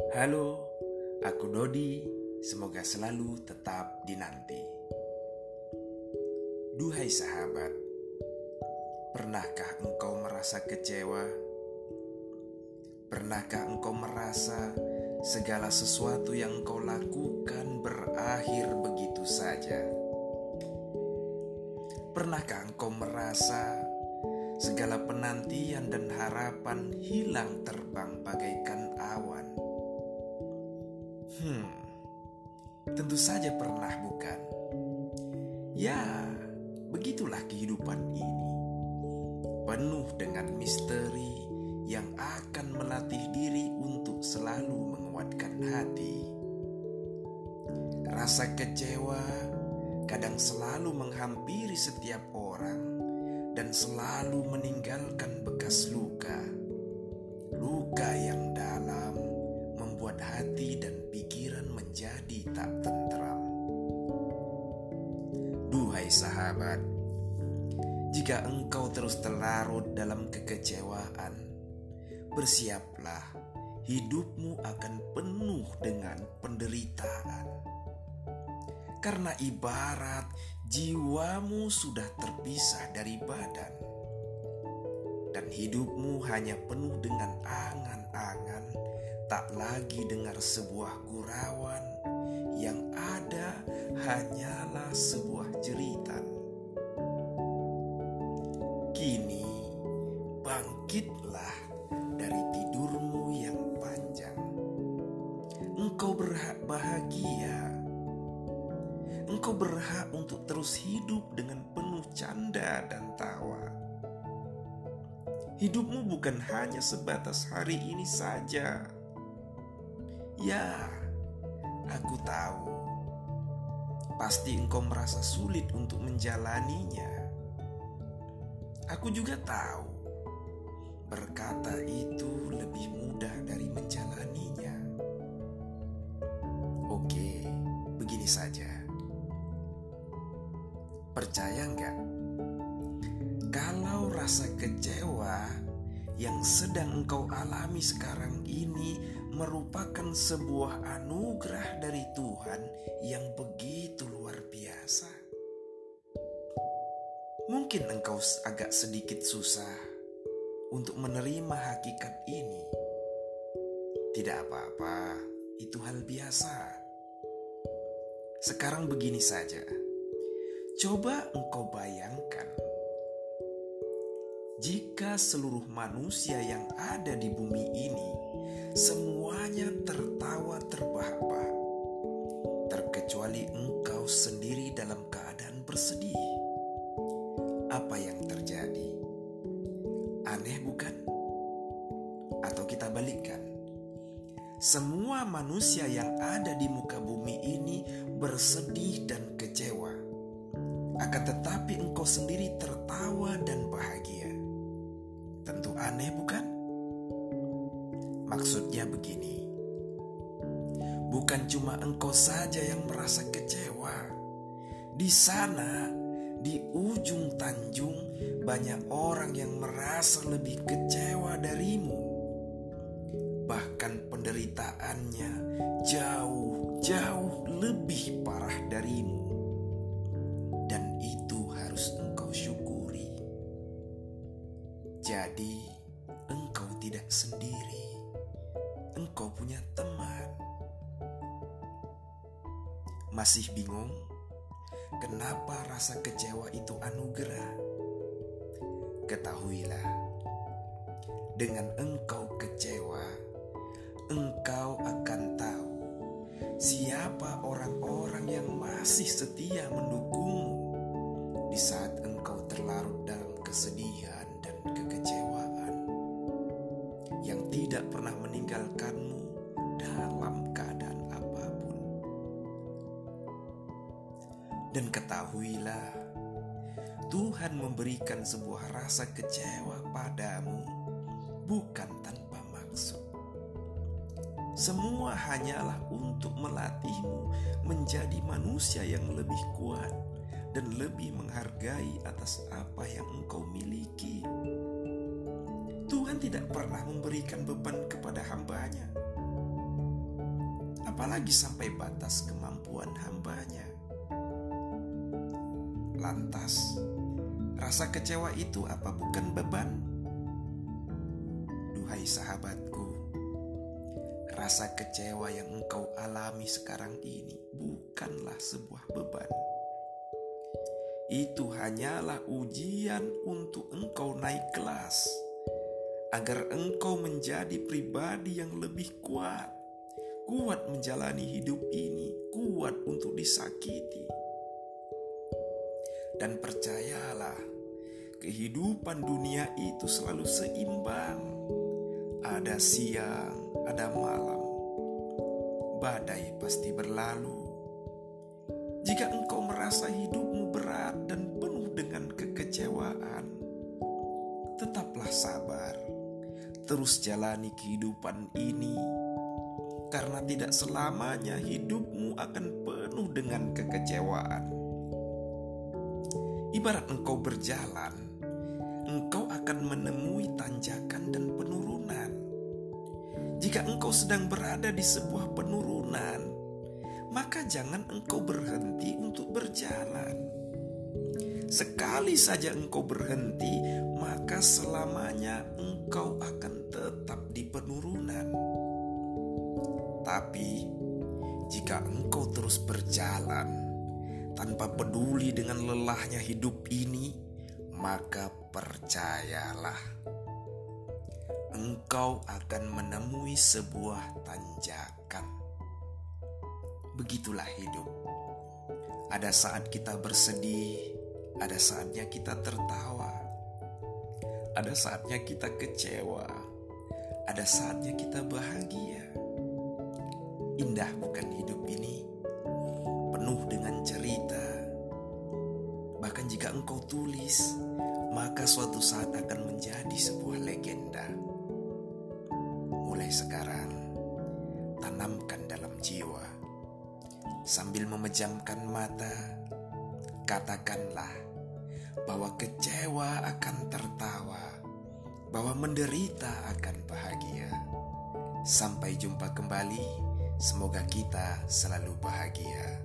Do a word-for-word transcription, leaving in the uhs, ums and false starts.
Halo, aku Dodi. Semoga selalu tetap dinanti. Duhai sahabat, pernahkah engkau merasa kecewa? Pernahkah engkau merasa segala sesuatu yang engkau lakukan berakhir begitu saja? Pernahkah engkau merasa segala penantian dan harapan hilang terbang bagaikan awan? Hmm, tentu saja pernah, bukan? Ya, begitulah kehidupan ini, penuh dengan misteri yang akan melatih diri untuk selalu menguatkan hati. Rasa kecewa kadang selalu menghampiri setiap orang dan selalu meninggalkan bekas luka. Luka yang dalam membuat hati dan pikiran menjadi tak tentram. Duhai sahabat, jika engkau terus terlarut dalam kekecewaan, bersiaplah, hidupmu akan penuh dengan penderitaan. Karena ibarat jiwamu sudah terpisah dari badan, dan hidupmu hanya penuh dengan angan-angan, tak lagi dengar sebuah gurauan, yang ada hanyalah sebuah jeritan. Kini bangkitlah dari tidurmu yang panjang. Engkau berhak bahagia. Engkau berhak untuk terus hidup dengan penuh canda dan tawa. Hidupmu bukan hanya sebatas hari ini saja. Ya, aku tahu. Pasti engkau merasa sulit untuk menjalaninya. Aku juga tahu. Berkata itu lebih mudah dari menjalaninya. Oke, begini saja. Percaya enggak? Kalau rasa kecewa yang sedang engkau alami sekarang ini merupakan sebuah anugerah dari Tuhan yang begitu luar biasa. Mungkin engkau agak sedikit susah untuk menerima hakikat ini. Tidak apa-apa, itu hal biasa. Sekarang begini saja. Coba engkau bayangkan, jika seluruh manusia yang ada di bumi ini semuanya tertawa terbahak-bahak, terkecuali engkau sendiri dalam keadaan bersedih, apa yang terjadi? Aneh bukan? Atau kita balikkan, semua manusia yang ada di muka bumi ini bersedih dan kecewa, akan tetapi engkau sendiri tertawa dan bahagia. Tentu aneh bukan? Maksudnya begini, bukan cuma engkau saja yang merasa kecewa. Di sana, di ujung tanjung, banyak orang yang merasa lebih kecewa darimu. Bahkan penderitaannya jauh-jauh lebih parah darimu. Dan itu harus engkau syukuri. Jadi, engkau tidak sendiri. Engkau punya teman. Masih bingung? Kenapa rasa kecewa itu anugerah? Ketahuilah, dengan engkau kecewa, engkau akan tahu siapa orang-orang yang masih setia mendukungmu di saat engkau terlarut dalam kesedihan dan kekecewaan, yang tidak pernah meninggalkanmu dalam keadaan apapun. Dan ketahuilah, Tuhan memberikan sebuah rasa kecewa padamu bukan tanpa maksud. Semua hanyalah untuk melatihmu menjadi manusia yang lebih kuat dan lebih menghargai atas apa yang engkau miliki. Tuhan tidak pernah memberikan beban kepada hamba-Nya. apalagi sampai batas kemampuan hambanya. Lantas, rasa kecewa itu apa bukan beban? Duhai sahabatku, rasa kecewa yang engkau alami sekarang ini bukanlah sebuah beban. Itu hanyalah ujian untuk engkau naik kelas, agar engkau menjadi pribadi yang lebih kuat, kuat menjalani hidup ini, kuat untuk disakiti. Dan percayalah, kehidupan dunia itu selalu seimbang. Ada siang, ada malam. Badai pasti berlalu. Jika engkau merasa hidupmu berat dan penuh dengan kekecewaan, tetaplah sabar. Terus jalani kehidupan ini, karena tidak selamanya hidupmu akan penuh dengan kekecewaan. Ibarat engkau berjalan, engkau akan menemui tanjakan dan penurunan. Jika engkau sedang berada di sebuah penurunan, maka jangan engkau berhenti untuk berjalan. Sekali saja engkau berhenti, maka selamanya engkau akan tetap di penurunan. Tapi jika engkau terus berjalan tanpa peduli dengan lelahnya hidup ini, maka percayalah, engkau akan menemui sebuah tanjakan. Begitulah hidup. Ada saat kita bersedih, ada saatnya kita tertawa, ada saatnya kita kecewa, ada saatnya kita bahagia. Indah bukan hidup ini? Penuh dengan cerita. Bahkan jika engkau tulis, maka suatu saat akan menjadi sebuah legenda. Mulai sekarang, tanamkan dalam jiwa. Sambil memejamkan mata, katakanlah bahwa kecewa akan tertawa, bahwa menderita akan bahagia. Sampai jumpa kembali, semoga kita selalu bahagia.